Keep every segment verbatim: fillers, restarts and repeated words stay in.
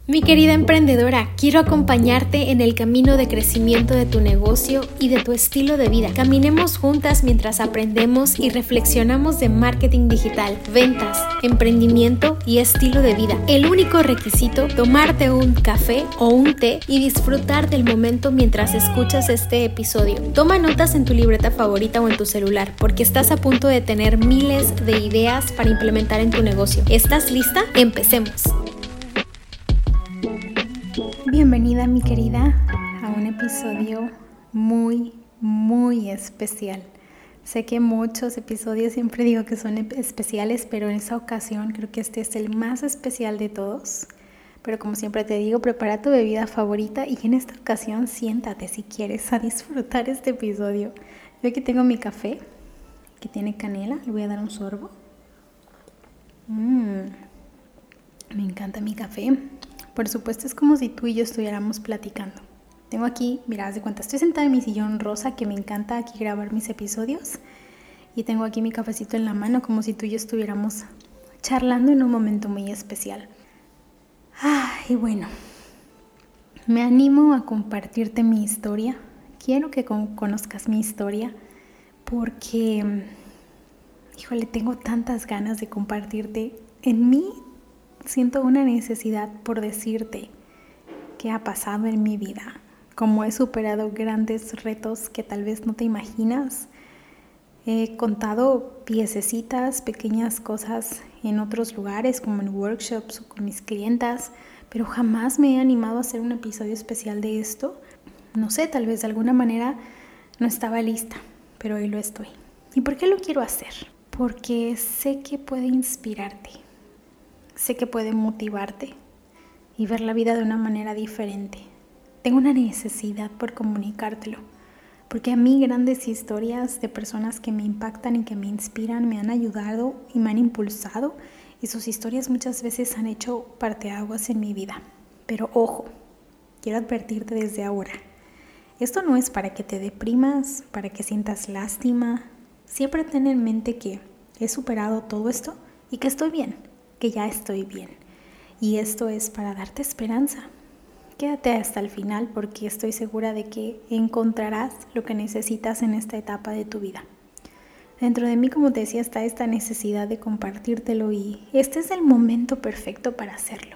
Mi querida emprendedora, quiero acompañarte en el camino de crecimiento de tu negocio y de tu estilo de vida. Caminemos juntas mientras aprendemos y reflexionamos de marketing digital, ventas, emprendimiento y estilo de vida. El único requisito, tomarte un café o un té y disfrutar del momento mientras escuchas este episodio. Toma notas en tu libreta favorita o en tu celular, porque estás a punto de tener miles de ideas para implementar en tu negocio. ¿Estás lista? Empecemos. Bienvenida, mi querida, a un episodio muy, muy especial. Sé que muchos episodios siempre digo que son especiales, pero en esta ocasión creo que este es el más especial de todos. Pero como siempre te digo, prepara tu bebida favorita y en esta ocasión siéntate si quieres a disfrutar este episodio. Yo aquí tengo mi café, que tiene canela, le voy a dar un sorbo. Mmm, me encanta mi café. Por supuesto, es como si tú y yo estuviéramos platicando. Tengo aquí, mira, haz de cuenta, estoy sentada en mi sillón rosa, que me encanta aquí grabar mis episodios. Y tengo aquí mi cafecito en la mano, como si tú y yo estuviéramos charlando en un momento muy especial. Ah, y bueno, me animo a compartirte mi historia. Quiero que con- conozcas mi historia porque, híjole, tengo tantas ganas de compartirte en mí. Siento una necesidad por decirte qué ha pasado en mi vida, cómo he superado grandes retos que tal vez no te imaginas. He contado piececitas, pequeñas cosas en otros lugares, como en workshops o con mis clientas, pero jamás me he animado a hacer un episodio especial de esto. No sé, tal vez de alguna manera no estaba lista, pero hoy lo estoy. ¿Y por qué lo quiero hacer? Porque sé que puede inspirarte. Sé que puede motivarte y ver la vida de una manera diferente. Tengo una necesidad por comunicártelo, porque a mí grandes historias de personas que me impactan y que me inspiran me han ayudado y me han impulsado, y sus historias muchas veces han hecho parteaguas en mi vida. Pero ojo, quiero advertirte desde ahora, esto no es para que te deprimas, para que sientas lástima. Siempre ten en mente que he superado todo esto y que estoy bien. que ya estoy bien. Y esto es para darte esperanza. Quédate hasta el final porque estoy segura de que encontrarás lo que necesitas en esta etapa de tu vida. Dentro de mí, como te decía, está esta necesidad de compartírtelo y este es el momento perfecto para hacerlo.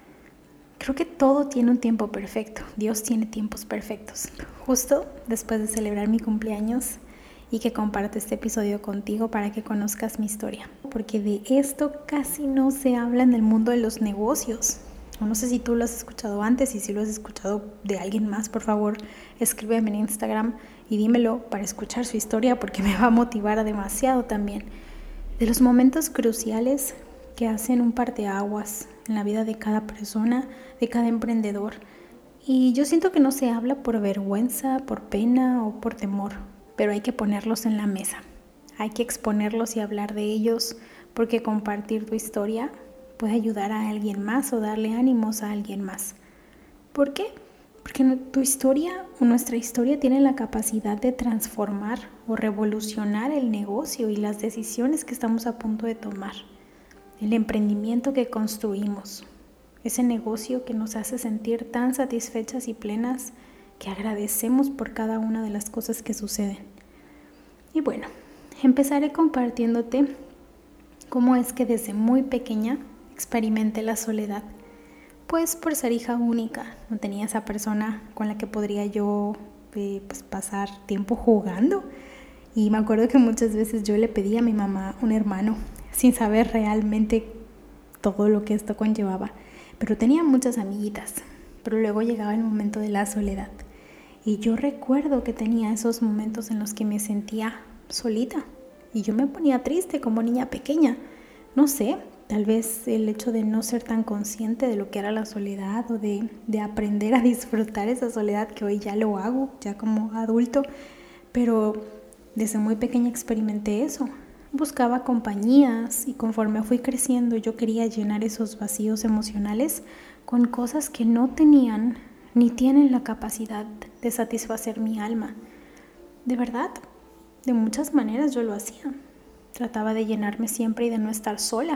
Creo que todo tiene un tiempo perfecto. Dios tiene tiempos perfectos. Justo después de celebrar mi cumpleaños, y que comparte este episodio contigo para que conozcas mi historia, porque de esto casi no se habla en el mundo de los negocios. No sé si tú lo has escuchado antes, y si lo has escuchado de alguien más, por favor, escríbeme en Instagram y dímelo para escuchar su historia, porque me va a motivar demasiado también. De los momentos cruciales que hacen un parteaguas en la vida de cada persona, de cada emprendedor. Y yo siento que no se habla por vergüenza, por pena o por temor. Pero hay que ponerlos en la mesa, hay que exponerlos y hablar de ellos, porque compartir tu historia puede ayudar a alguien más o darle ánimos a alguien más. ¿Por qué? Porque tu historia o nuestra historia tiene la capacidad de transformar o revolucionar el negocio y las decisiones que estamos a punto de tomar, el emprendimiento que construimos, ese negocio que nos hace sentir tan satisfechas y plenas que agradecemos por cada una de las cosas que suceden. Y bueno, empezaré compartiéndote cómo es que desde muy pequeña experimenté la soledad. Pues por ser hija única, no tenía esa persona con la que podría yo eh, pues pasar tiempo jugando. Y me acuerdo que muchas veces yo le pedí a mi mamá un hermano, sin saber realmente todo lo que esto conllevaba. Pero tenía muchas amiguitas, pero luego llegaba el momento de la soledad. Y yo recuerdo que tenía esos momentos en los que me sentía solita y yo me ponía triste como niña pequeña. No sé, tal vez el hecho de no ser tan consciente de lo que era la soledad o de, de aprender a disfrutar esa soledad, que hoy ya lo hago, ya como adulto, pero desde muy pequeña experimenté eso. Buscaba compañías y conforme fui creciendo yo quería llenar esos vacíos emocionales con cosas que no tenían ni tienen la capacidad de satisfacer mi alma. De verdad, de muchas maneras yo lo hacía. Trataba de llenarme siempre y de no estar sola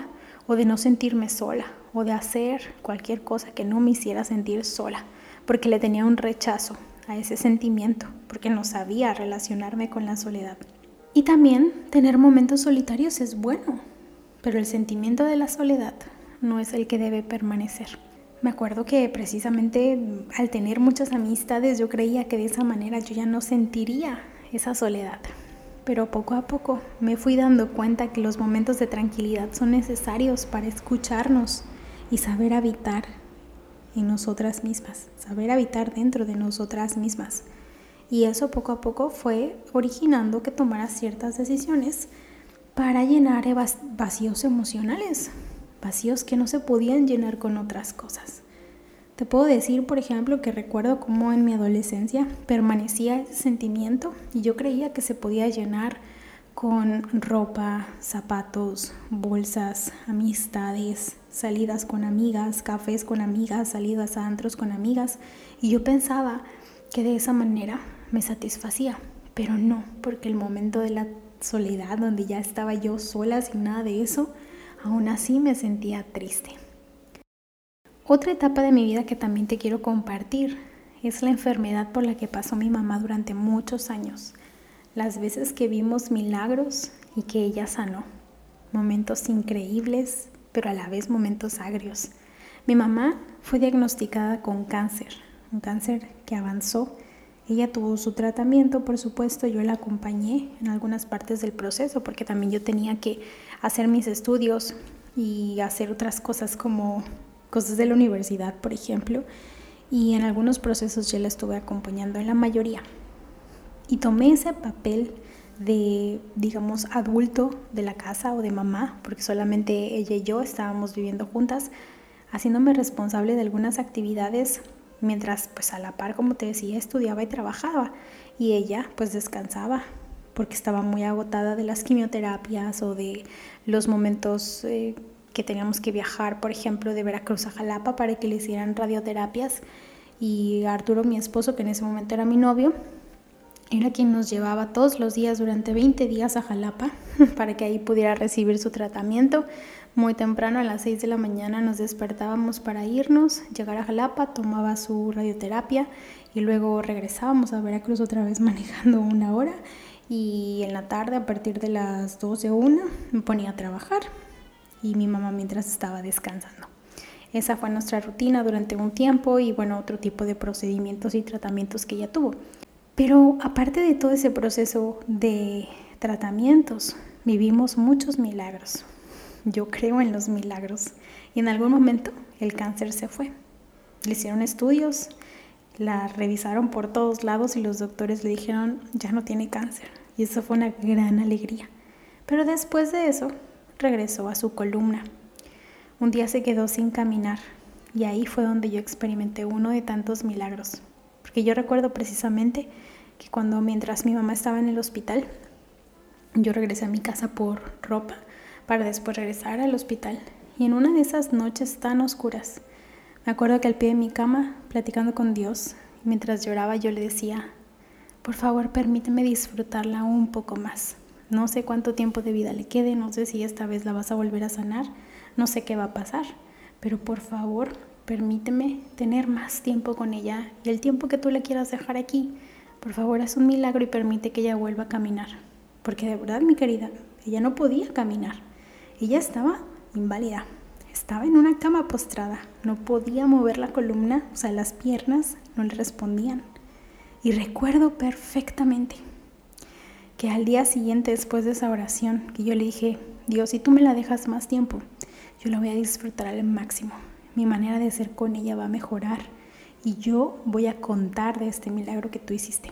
o de no sentirme sola, o de hacer cualquier cosa que no me hiciera sentir sola, porque le tenía un rechazo a ese sentimiento, porque no sabía relacionarme con la soledad. Y también tener momentos solitarios es bueno, pero el sentimiento de la soledad no es el que debe permanecer. Me acuerdo que precisamente al tener muchas amistades yo creía que de esa manera yo ya no sentiría esa soledad. Pero poco a poco me fui dando cuenta que los momentos de tranquilidad son necesarios para escucharnos y saber habitar en nosotras mismas, saber habitar dentro de nosotras mismas. Y eso poco a poco fue originando que tomara ciertas decisiones para llenar vacíos emocionales, vacíos que no se podían llenar con otras cosas. Te puedo decir, por ejemplo, que recuerdo cómo en mi adolescencia permanecía ese sentimiento y yo creía que se podía llenar con ropa, zapatos, bolsas, amistades, salidas con amigas, cafés con amigas, salidas a antros con amigas, y yo pensaba que de esa manera me satisfacía, pero no, porque el momento de la soledad, donde ya estaba yo sola sin nada de eso, aún así me sentía triste. Otra etapa de mi vida que también te quiero compartir es la enfermedad por la que pasó mi mamá durante muchos años. Las veces que vimos milagros y que ella sanó. Momentos increíbles, pero a la vez momentos agrios. Mi mamá fue diagnosticada con cáncer, un cáncer que avanzó. Ella tuvo su tratamiento, por supuesto, yo la acompañé en algunas partes del proceso porque también yo tenía que hacer mis estudios y hacer otras cosas como cosas de la universidad, por ejemplo, y en algunos procesos yo la estuve acompañando, en la mayoría. Y tomé ese papel de, digamos, adulto de la casa o de mamá, porque solamente ella y yo estábamos viviendo juntas, haciéndome responsable de algunas actividades, mientras pues a la par, como te decía, estudiaba y trabajaba, y ella pues descansaba porque estaba muy agotada de las quimioterapias o de los momentos eh, que teníamos que viajar, por ejemplo, de Veracruz a Jalapa para que le hicieran radioterapias, y Arturo, mi esposo, que en ese momento era mi novio, era quien nos llevaba todos los días durante veinte días a Jalapa para que ahí pudiera recibir su tratamiento. Muy temprano, a las seis de la mañana, nos despertábamos para irnos, llegar a Jalapa, tomaba su radioterapia y luego regresábamos a Veracruz otra vez manejando una hora, y en la tarde, a partir de las doce o una, me ponía a trabajar y mi mamá mientras estaba descansando. Esa fue nuestra rutina durante un tiempo y bueno, otro tipo de procedimientos y tratamientos que ella tuvo. Pero aparte de todo ese proceso de tratamientos, vivimos muchos milagros. Yo creo en los milagros. Y en algún momento el cáncer se fue. Le hicieron estudios, la revisaron por todos lados y los doctores le dijeron, ya no tiene cáncer. Y eso fue una gran alegría. Pero después de eso, regresó a su columna. Un día se quedó sin caminar y ahí fue donde yo experimenté uno de tantos milagros. Porque yo recuerdo precisamente que cuando mientras mi mamá estaba en el hospital, yo regresé a mi casa por ropa para después regresar al hospital. Y en una de esas noches tan oscuras, me acuerdo que al pie de mi cama, platicando con Dios, mientras lloraba yo le decía, por favor permíteme disfrutarla un poco más. No sé cuánto tiempo de vida le quede, no sé si esta vez la vas a volver a sanar, no sé qué va a pasar, pero por favor permíteme tener más tiempo con ella y el tiempo que tú le quieras dejar aquí, por favor haz un milagro y permite que ella vuelva a caminar, porque de verdad, mi querida, ella no podía caminar, ella estaba inválida, estaba en una cama postrada, no podía mover la columna, o sea, las piernas no le respondían. Y recuerdo perfectamente que al día siguiente, después de esa oración, que yo le dije, Dios, si tú me la dejas más tiempo, yo la voy a disfrutar al máximo. Mi manera de ser con ella va a mejorar y yo voy a contar de este milagro que tú hiciste.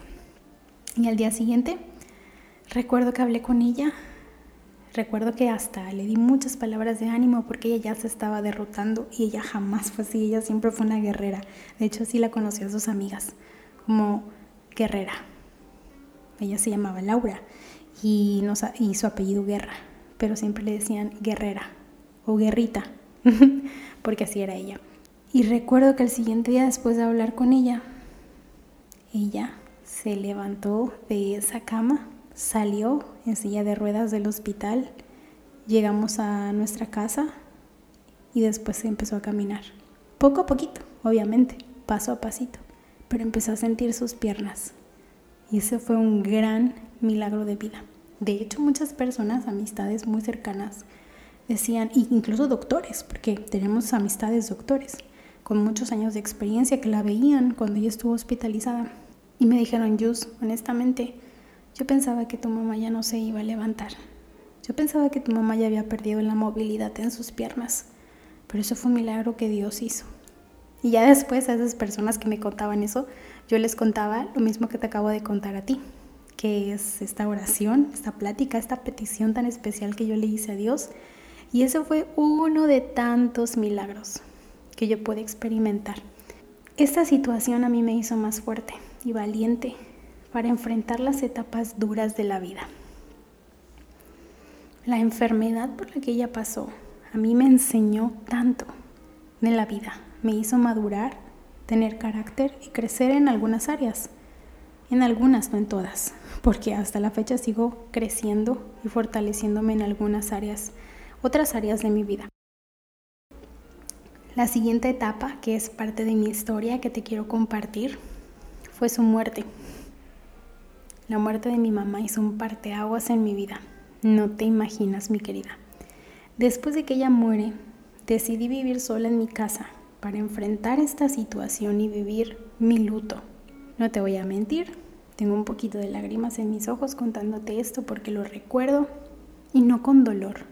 Y al día siguiente, recuerdo que hablé con ella, recuerdo que hasta le di muchas palabras de ánimo porque ella ya se estaba derrotando y ella jamás fue así, ella siempre fue una guerrera. De hecho, así la conocí a sus amigas, como guerrera. Ella se llamaba Laura y, nos, y su apellido Guerra, pero siempre le decían Guerrera o Guerrita, porque así era ella. Y recuerdo que el siguiente día, después de hablar con ella, ella se levantó de esa cama, salió en silla de ruedas del hospital, llegamos a nuestra casa, y después se empezó a caminar. Poco a poquito, obviamente, paso a pasito, pero empezó a sentir sus piernas. Y ese fue un gran milagro de vida. De hecho, muchas personas, amistades muy cercanas, decían, incluso doctores, porque tenemos amistades doctores, con muchos años de experiencia que la veían cuando ella estuvo hospitalizada. Y me dijeron, Yus, honestamente, yo pensaba que tu mamá ya no se iba a levantar. Yo pensaba que tu mamá ya había perdido la movilidad en sus piernas. Pero eso fue un milagro que Dios hizo. Y ya después a esas personas que me contaban eso, yo les contaba lo mismo que te acabo de contar a ti, que es esta oración, esta plática, esta petición tan especial que yo le hice a Dios. Y ese fue uno de tantos milagros que yo pude experimentar. Esta situación a mí me hizo más fuerte y valiente para enfrentar las etapas duras de la vida. La enfermedad por la que ella pasó a mí me enseñó tanto de la vida. Me hizo madurar, tener carácter y crecer en algunas áreas. En algunas, no en todas, porque hasta la fecha sigo creciendo y fortaleciéndome en algunas áreas, otras áreas de mi vida. La siguiente etapa, que es parte de mi historia que te quiero compartir, fue su muerte. La muerte de mi mamá hizo un parteaguas en mi vida. No te imaginas, mi querida. Después de que ella muere, decidí vivir sola en mi casa para enfrentar esta situación y vivir mi luto. No te voy a mentir, tengo un poquito de lágrimas en mis ojos contándote esto porque lo recuerdo y no con dolor,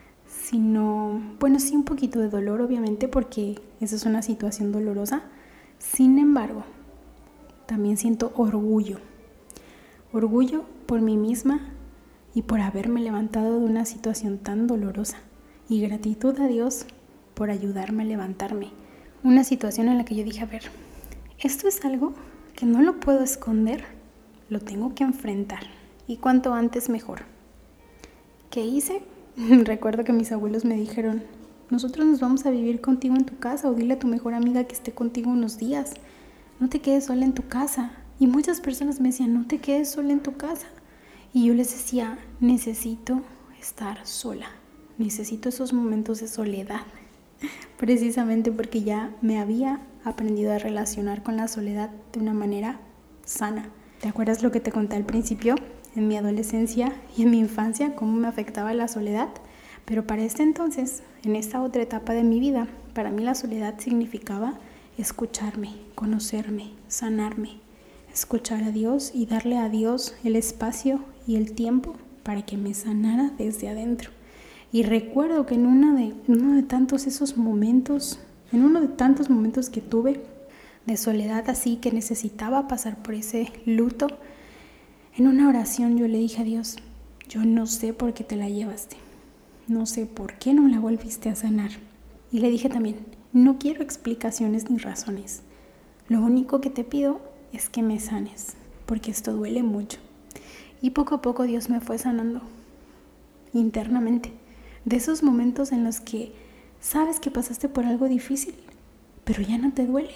sino, bueno, sí un poquito de dolor obviamente porque esa es una situación dolorosa. Sin embargo, también siento orgullo. Orgullo por mí misma y por haberme levantado de una situación tan dolorosa. Y gratitud a Dios por ayudarme a levantarme. Una situación en la que yo dije, a ver, esto es algo que no lo puedo esconder, lo tengo que enfrentar. Y cuanto antes mejor. ¿Qué hice? Recuerdo que mis abuelos me dijeron, nosotros nos vamos a vivir contigo en tu casa o dile a tu mejor amiga que esté contigo unos días. No te quedes sola en tu casa. Y muchas personas me decían, no te quedes sola en tu casa. Y yo les decía, necesito estar sola. Necesito esos momentos de soledad. Precisamente porque ya me había aprendido a relacionar con la soledad de una manera sana. ¿Te acuerdas lo que te conté al principio? En mi adolescencia y en mi infancia, cómo me afectaba la soledad. Pero para este entonces, en esta otra etapa de mi vida, para mí la soledad significaba escucharme, conocerme, sanarme. Escuchar a Dios y darle a Dios el espacio y el tiempo para que me sanara desde adentro. Y recuerdo que en, una de, en uno de tantos esos momentos, en uno de tantos momentos que tuve de soledad así que necesitaba pasar por ese luto, en una oración yo le dije a Dios, yo no sé por qué te la llevaste, no sé por qué no la volviste a sanar. Y le dije también, no quiero explicaciones ni razones, lo único que te pido es que me sanes, porque esto duele mucho. Y poco a poco Dios me fue sanando internamente. De esos momentos en los que sabes que pasaste por algo difícil, pero ya no te duele.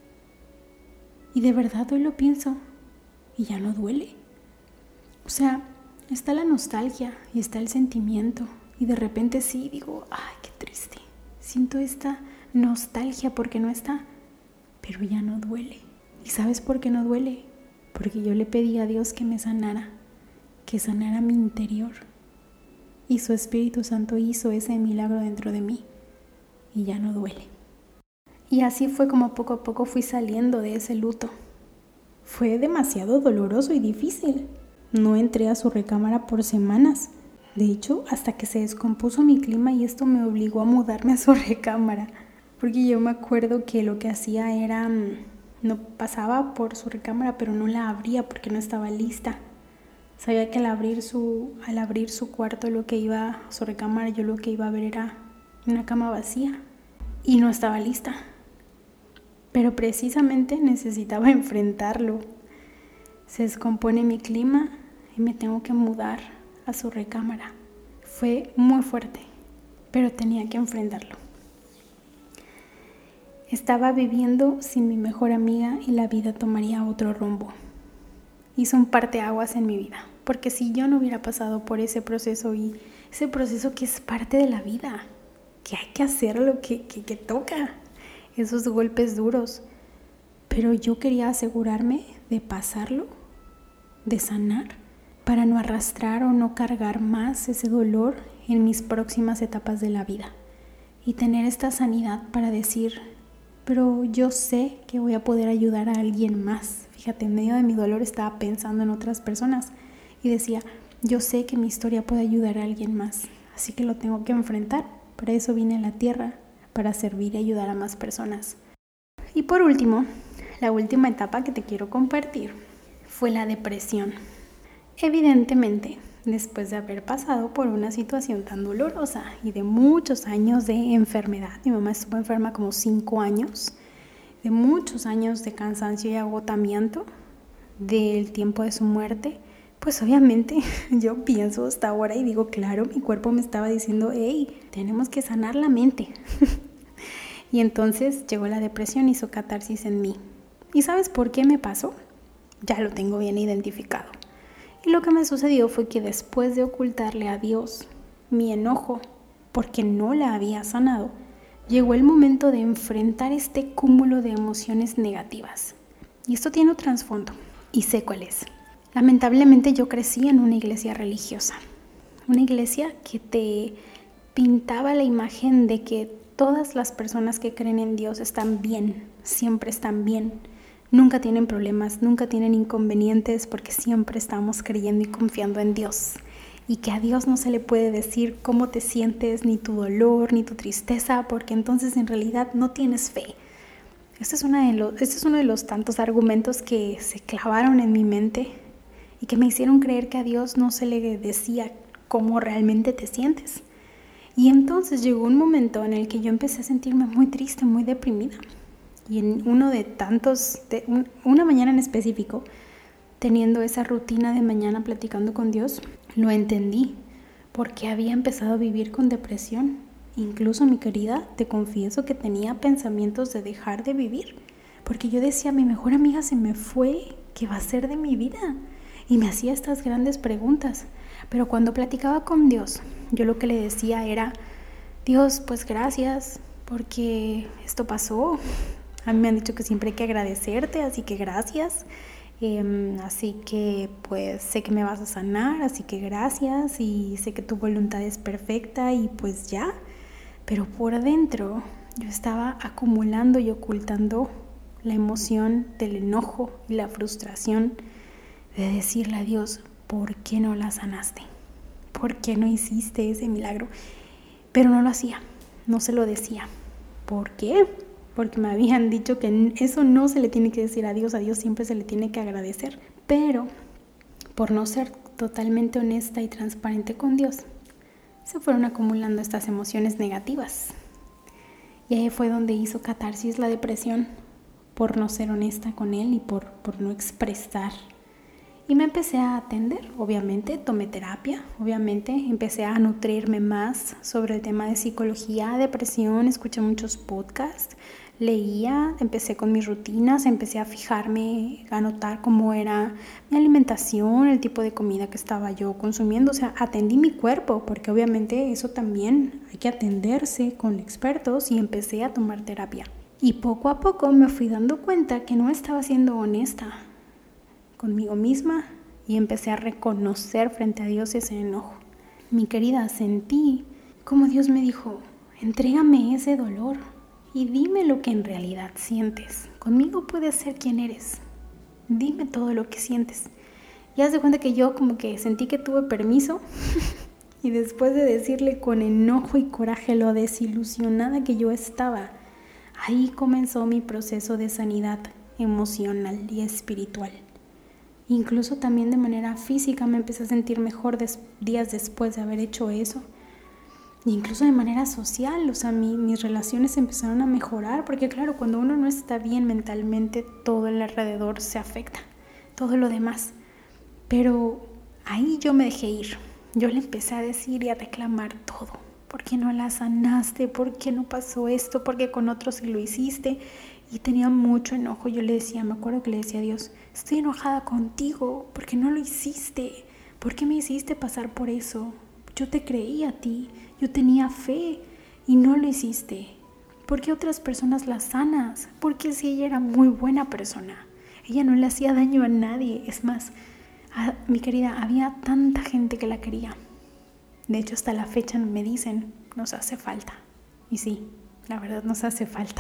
Y de verdad hoy lo pienso y ya no duele. O sea, está la nostalgia y está el sentimiento. Y de repente sí digo, ay, qué triste. Siento esta nostalgia porque no está, pero ya no duele. ¿Y sabes por qué no duele? Porque yo le pedí a Dios que me sanara, que sanara mi interior. Y su Espíritu Santo hizo ese milagro dentro de mí. Y ya no duele. Y así fue como poco a poco fui saliendo de ese luto. Fue demasiado doloroso y difícil. No entré a su recámara por semanas. De hecho, hasta que se descompuso mi clima y esto me obligó a mudarme a su recámara. Porque yo me acuerdo que lo que hacía era... No pasaba por su recámara, pero no la abría porque no estaba lista. Sabía que al abrir su, al abrir su cuarto, lo que iba, su recámara, yo lo que iba a ver era una cama vacía. Y no estaba lista. Pero precisamente necesitaba enfrentarlo. Se descompone mi clima y me tengo que mudar a su recámara. Fue muy fuerte, pero tenía que enfrentarlo. Estaba viviendo sin mi mejor amiga y la vida tomaría otro rumbo. Hizo un parteaguas en mi vida, porque si yo no hubiera pasado por ese proceso y ese proceso que es parte de la vida, que hay que hacer lo que, que, que toca, esos golpes duros. Pero yo quería asegurarme de pasarlo, de sanar, para no arrastrar o no cargar más ese dolor en mis próximas etapas de la vida. Y tener esta sanidad para decir, pero yo sé que voy a poder ayudar a alguien más. Fíjate, en medio de mi dolor estaba pensando en otras personas y decía, yo sé que mi historia puede ayudar a alguien más, así que lo tengo que enfrentar. Para eso vine a la tierra, para servir y ayudar a más personas. Y por último, la última etapa que te quiero compartir fue la depresión. Evidentemente, después de haber pasado por una situación tan dolorosa y de muchos años de enfermedad, mi mamá estuvo enferma como cinco años, de muchos años de cansancio y agotamiento, del tiempo de su muerte, pues obviamente yo pienso hasta ahora y digo, claro, mi cuerpo me estaba diciendo, hey, tenemos que sanar la mente. Y entonces llegó la depresión, hizo catarsis en mí. ¿Y sabes por qué me pasó? Ya lo tengo bien identificado. Y lo que me sucedió fue que después de ocultarle a Dios mi enojo porque no la había sanado, llegó el momento de enfrentar este cúmulo de emociones negativas. Y esto tiene un trasfondo, y sé cuál es. Lamentablemente yo crecí en una iglesia religiosa, una iglesia que te pintaba la imagen de que todas las personas que creen en Dios están bien, siempre están bien. Nunca tienen problemas, nunca tienen inconvenientes porque siempre estamos creyendo y confiando en Dios. Y que a Dios no se le puede decir cómo te sientes, ni tu dolor, ni tu tristeza, porque entonces en realidad no tienes fe. Este es, una de los, este es uno de los tantos argumentos que se clavaron en mi mente y que me hicieron creer que a Dios no se le decía cómo realmente te sientes. Y entonces llegó un momento en el que yo empecé a sentirme muy triste, muy deprimida. Y en uno de tantos, de un, una mañana en específico, teniendo esa rutina de mañana platicando con Dios, lo entendí, porque había empezado a vivir con depresión. Incluso, mi querida, te confieso que tenía pensamientos de dejar de vivir, porque yo decía, mi mejor amiga se me fue, ¿qué va a ser de mi vida? Y me hacía estas grandes preguntas. Pero cuando platicaba con Dios, yo lo que le decía era, Dios, pues gracias, porque esto pasó. A mí me han dicho que siempre hay que agradecerte, así que gracias. Eh, así que pues sé que me vas a sanar, así que gracias. Y sé que tu voluntad es perfecta y pues ya. Pero por dentro yo estaba acumulando y ocultando la emoción del enojo y la frustración de decirle a Dios, ¿por qué no la sanaste? ¿Por qué no hiciste ese milagro? Pero no lo hacía, no se lo decía. ¿Por qué? Porque me habían dicho que eso no se le tiene que decir a Dios, a Dios siempre se le tiene que agradecer. Pero por no ser totalmente honesta y transparente con Dios, se fueron acumulando estas emociones negativas. Y ahí fue donde hizo catarsis la depresión, por no ser honesta con Él y por, por no expresar. Y me empecé a atender, obviamente, tomé terapia, obviamente, empecé a nutrirme más sobre el tema de psicología, depresión, escuché muchos podcasts, leía, empecé con mis rutinas, empecé a fijarme, a notar cómo era mi alimentación, el tipo de comida que estaba yo consumiendo, o sea, atendí mi cuerpo, porque obviamente eso también hay que atenderse con expertos y empecé a tomar terapia. Y poco a poco me fui dando cuenta que no estaba siendo honesta conmigo misma y empecé a reconocer frente a Dios ese enojo. Mi querida, sentí como Dios me dijo, entrégame ese dolor y dime lo que en realidad sientes. Conmigo puedes ser quien eres. Dime todo lo que sientes. Y haz de cuenta que yo como que sentí que tuve permiso y después de decirle con enojo y coraje lo desilusionada que yo estaba, ahí comenzó mi proceso de sanidad emocional y espiritual. Incluso también de manera física me empecé a sentir mejor des- días después de haber hecho eso. E incluso de manera social, o sea, mi, mis relaciones empezaron a mejorar, porque claro, cuando uno no está bien mentalmente, todo el alrededor se afecta, todo lo demás. Pero ahí yo me dejé ir, yo le empecé a decir y a reclamar todo. ¿Por qué no la sanaste? ¿Por qué no pasó esto? ¿Por qué con otros sí lo hiciste? Y tenía mucho enojo. Yo le decía, me acuerdo que le decía a Dios, estoy enojada contigo, ¿por qué no lo hiciste? ¿Por qué me hiciste pasar por eso? Yo te creí a ti, yo tenía fe. y no lo hiciste? ¿Por qué otras personas la sanas? Porque si ella era muy buena persona, ella no le hacía daño a nadie. Es más, a, mi querida, había tanta gente que la quería. De hecho, hasta la fecha me dicen, nos hace falta. Y sí, la verdad nos hace falta.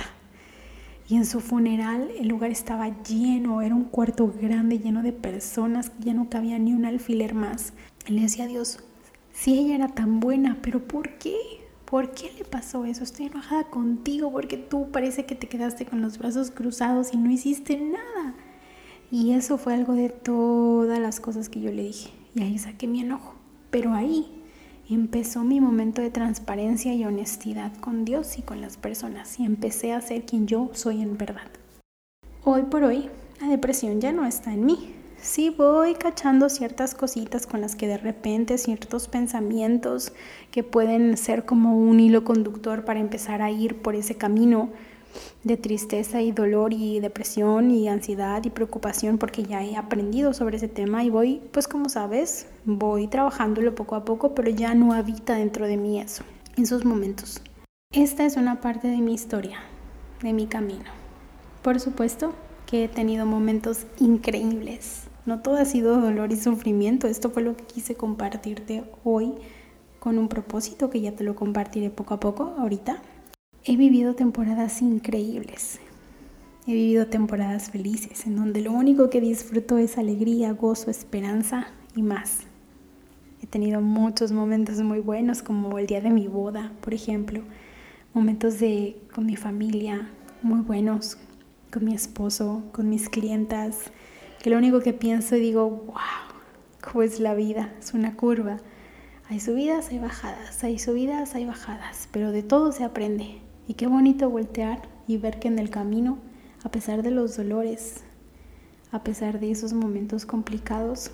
Y en su funeral el lugar estaba lleno, era un cuarto grande lleno de personas, ya no cabía ni un alfiler más. Y le decía a Dios, si ella era tan buena, ¿pero por qué? ¿Por qué le pasó eso? Estoy enojada contigo porque tú parece que te quedaste con los brazos cruzados y no hiciste nada. Y eso fue algo de todas las cosas que yo le dije. Y ahí saqué mi enojo. Pero ahí empezó mi momento de transparencia y honestidad con Dios y con las personas. Y empecé a ser quien yo soy en verdad. Hoy por hoy, la depresión ya no está en mí. Sí voy cachando ciertas cositas con las que de repente ciertos pensamientos que pueden ser como un hilo conductor para empezar a ir por ese camino de tristeza y dolor y depresión y ansiedad y preocupación, porque ya he aprendido sobre ese tema y voy, pues como sabes, voy trabajándolo poco a poco, pero ya no habita dentro de mí eso, en esos momentos. Esta es una parte de mi historia, de mi camino. Por supuesto que he tenido momentos increíbles. No todo ha sido dolor y sufrimiento. Esto fue lo que quise compartirte hoy con un propósito que ya te lo compartiré poco a poco ahorita. He vivido temporadas increíbles. He vivido temporadas felices en donde lo único que disfruto es alegría, gozo, esperanza y más. He tenido muchos momentos muy buenos, como el día de mi boda, por ejemplo. Momentos de, con mi familia muy buenos, con mi esposo, con mis clientas, que lo único que pienso y digo, wow, cómo es la vida, es una curva. Hay subidas, hay bajadas, hay subidas, hay bajadas, pero de todo se aprende. Y qué bonito voltear y ver que en el camino, a pesar de los dolores, a pesar de esos momentos complicados,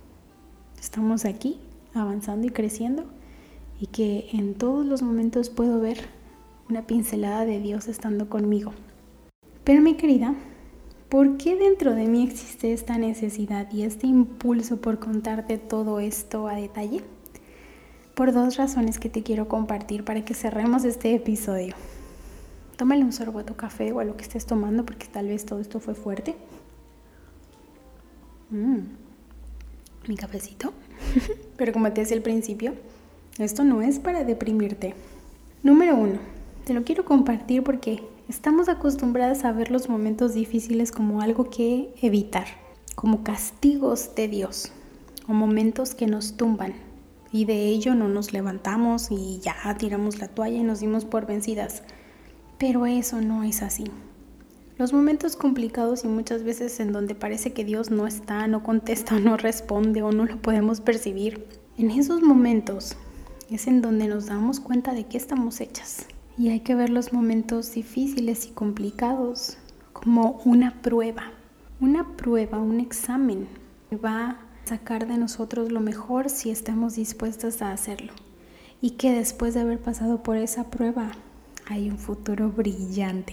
estamos aquí avanzando y creciendo, y que en todos los momentos puedo ver una pincelada de Dios estando conmigo. Pero mi querida, ¿por qué dentro de mí existe esta necesidad y este impulso por contarte todo esto a detalle? Por dos razones que te quiero compartir para que cerremos este episodio. Tómale un sorbo a tu café o a lo que estés tomando, porque tal vez todo esto fue fuerte. Mm, mi cafecito. Pero como te decía al principio, esto no es para deprimirte. Número uno, te lo quiero compartir porque estamos acostumbradas a ver los momentos difíciles como algo que evitar, como castigos de Dios, o momentos que nos tumban, y de ello no nos levantamos y ya tiramos la toalla y nos dimos por vencidas. Pero eso no es así. Los momentos complicados y muchas veces en donde parece que Dios no está, no contesta, o no responde o no lo podemos percibir, en esos momentos es en donde nos damos cuenta de qué estamos hechas. Y hay que ver los momentos difíciles y complicados como una prueba, una prueba, un examen que va a sacar de nosotros lo mejor si estamos dispuestas a hacerlo. Y que después de haber pasado por esa prueba hay un futuro brillante.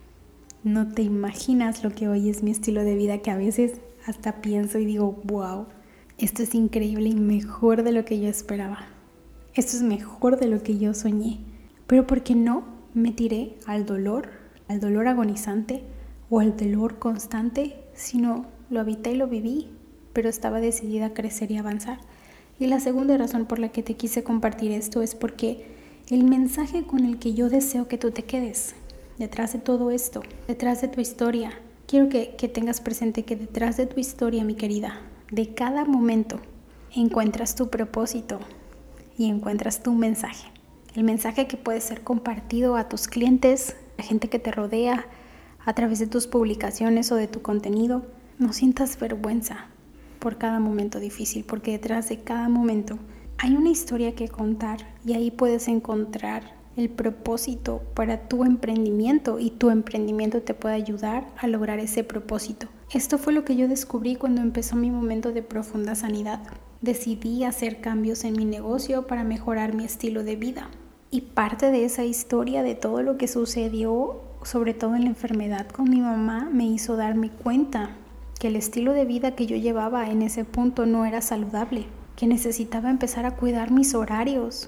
No te imaginas lo que hoy es mi estilo de vida, que a veces hasta pienso y digo, wow, esto es increíble y mejor de lo que yo esperaba. Esto es mejor de lo que yo soñé. Pero ¿por qué no me tiré al dolor, al dolor agonizante o al dolor constante? Sino lo habité y lo viví, pero estaba decidida a crecer y avanzar. Y la segunda razón por la que te quise compartir esto es porque el mensaje con el que yo deseo que tú te quedes detrás de todo esto, detrás de tu historia, quiero que, que tengas presente que detrás de tu historia, mi querida, de cada momento encuentras tu propósito y encuentras tu mensaje. El mensaje que puede ser compartido a tus clientes, a la gente que te rodea, a través de tus publicaciones o de tu contenido. No sientas vergüenza por cada momento difícil, porque detrás de cada momento hay una historia que contar y ahí puedes encontrar el propósito para tu emprendimiento, y tu emprendimiento te puede ayudar a lograr ese propósito. Esto fue lo que yo descubrí cuando empezó mi momento de profunda sanidad. Decidí hacer cambios en mi negocio para mejorar mi estilo de vida. Y parte de esa historia, de todo lo que sucedió, sobre todo en la enfermedad con mi mamá, me hizo darme cuenta que el estilo de vida que yo llevaba en ese punto no era saludable, que necesitaba empezar a cuidar mis horarios,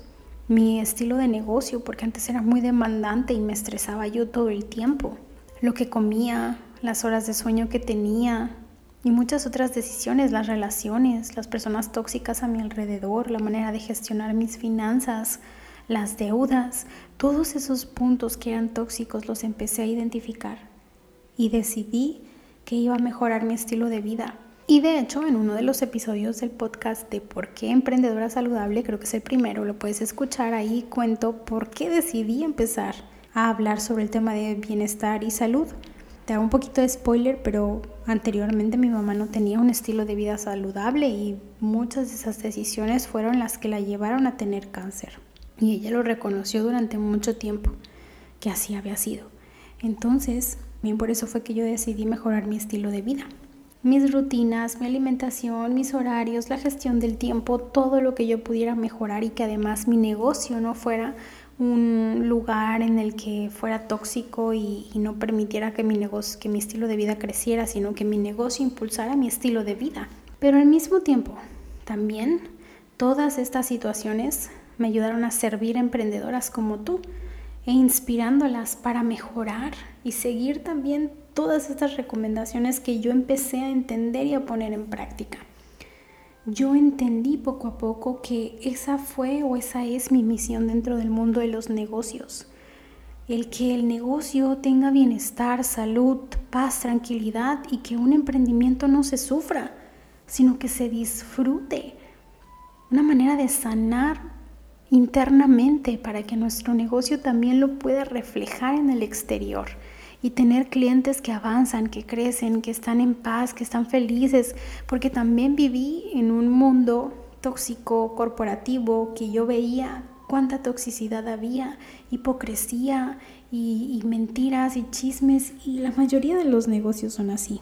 mi estilo de negocio, porque antes era muy demandante y me estresaba yo todo el tiempo. Lo que comía, las horas de sueño que tenía y muchas otras decisiones, las relaciones, las personas tóxicas a mi alrededor, la manera de gestionar mis finanzas, las deudas, todos esos puntos que eran tóxicos los empecé a identificar y decidí que iba a mejorar mi estilo de vida. Y de hecho, en uno de los episodios del podcast de ¿Por qué emprendedora saludable? Creo que es el primero, lo puedes escuchar, ahí cuento por qué decidí empezar a hablar sobre el tema de bienestar y salud. Te hago un poquito de spoiler, pero anteriormente mi mamá no tenía un estilo de vida saludable y muchas de esas decisiones fueron las que la llevaron a tener cáncer. Y ella lo reconoció durante mucho tiempo, que así había sido. Entonces, bien por eso fue que yo decidí mejorar mi estilo de vida. Mis rutinas, mi alimentación, mis horarios, la gestión del tiempo, todo lo que yo pudiera mejorar y que además mi negocio no fuera un lugar en el que fuera tóxico y, y no permitiera que mi negocio, que mi estilo de vida creciera, sino que mi negocio impulsara mi estilo de vida. Pero al mismo tiempo, también todas estas situaciones me ayudaron a servir a emprendedoras como tú e inspirándolas para mejorar y seguir también todas estas recomendaciones que yo empecé a entender y a poner en práctica. Yo entendí poco a poco que esa fue o esa es mi misión dentro del mundo de los negocios. El que el negocio tenga bienestar, salud, paz, tranquilidad y que un emprendimiento no se sufra, sino que se disfrute. Una manera de sanar internamente para que nuestro negocio también lo pueda reflejar en el exterior y tener clientes que avanzan, que crecen, que están en paz, que están felices, porque también viví en un mundo tóxico, corporativo, que yo veía cuánta toxicidad había, hipocresía y, y mentiras y chismes, y la mayoría de los negocios son así.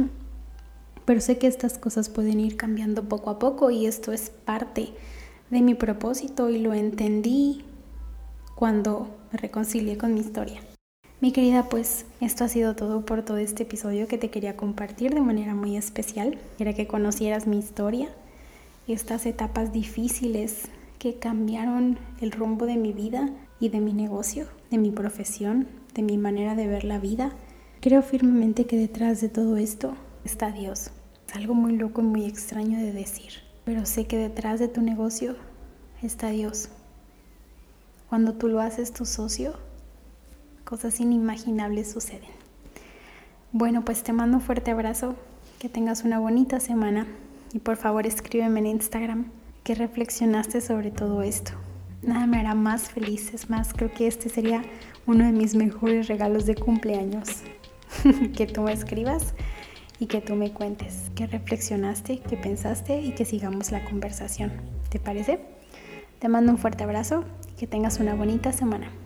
Pero sé que estas cosas pueden ir cambiando poco a poco y esto es parte de mi propósito y lo entendí cuando me reconcilié con mi historia. Mi querida, pues esto ha sido todo por todo este episodio que te quería compartir de manera muy especial. Quería que conocieras mi historia, estas etapas difíciles que cambiaron el rumbo de mi vida y de mi negocio, de mi profesión, de mi manera de ver la vida. Creo firmemente que detrás de todo esto está Dios. Es algo muy loco y muy extraño de decir, pero sé que detrás de tu negocio está Dios. Cuando tú lo haces tu socio, cosas inimaginables suceden. Bueno, pues te mando un fuerte abrazo, que tengas una bonita semana y por favor escríbeme en Instagram qué reflexionaste sobre todo esto. Nada me hará más feliz, es más, creo que este sería uno de mis mejores regalos de cumpleaños, que tú me escribas y que tú me cuentes qué reflexionaste, qué pensaste y que sigamos la conversación. ¿Te parece? Te mando un fuerte abrazo y que tengas una bonita semana.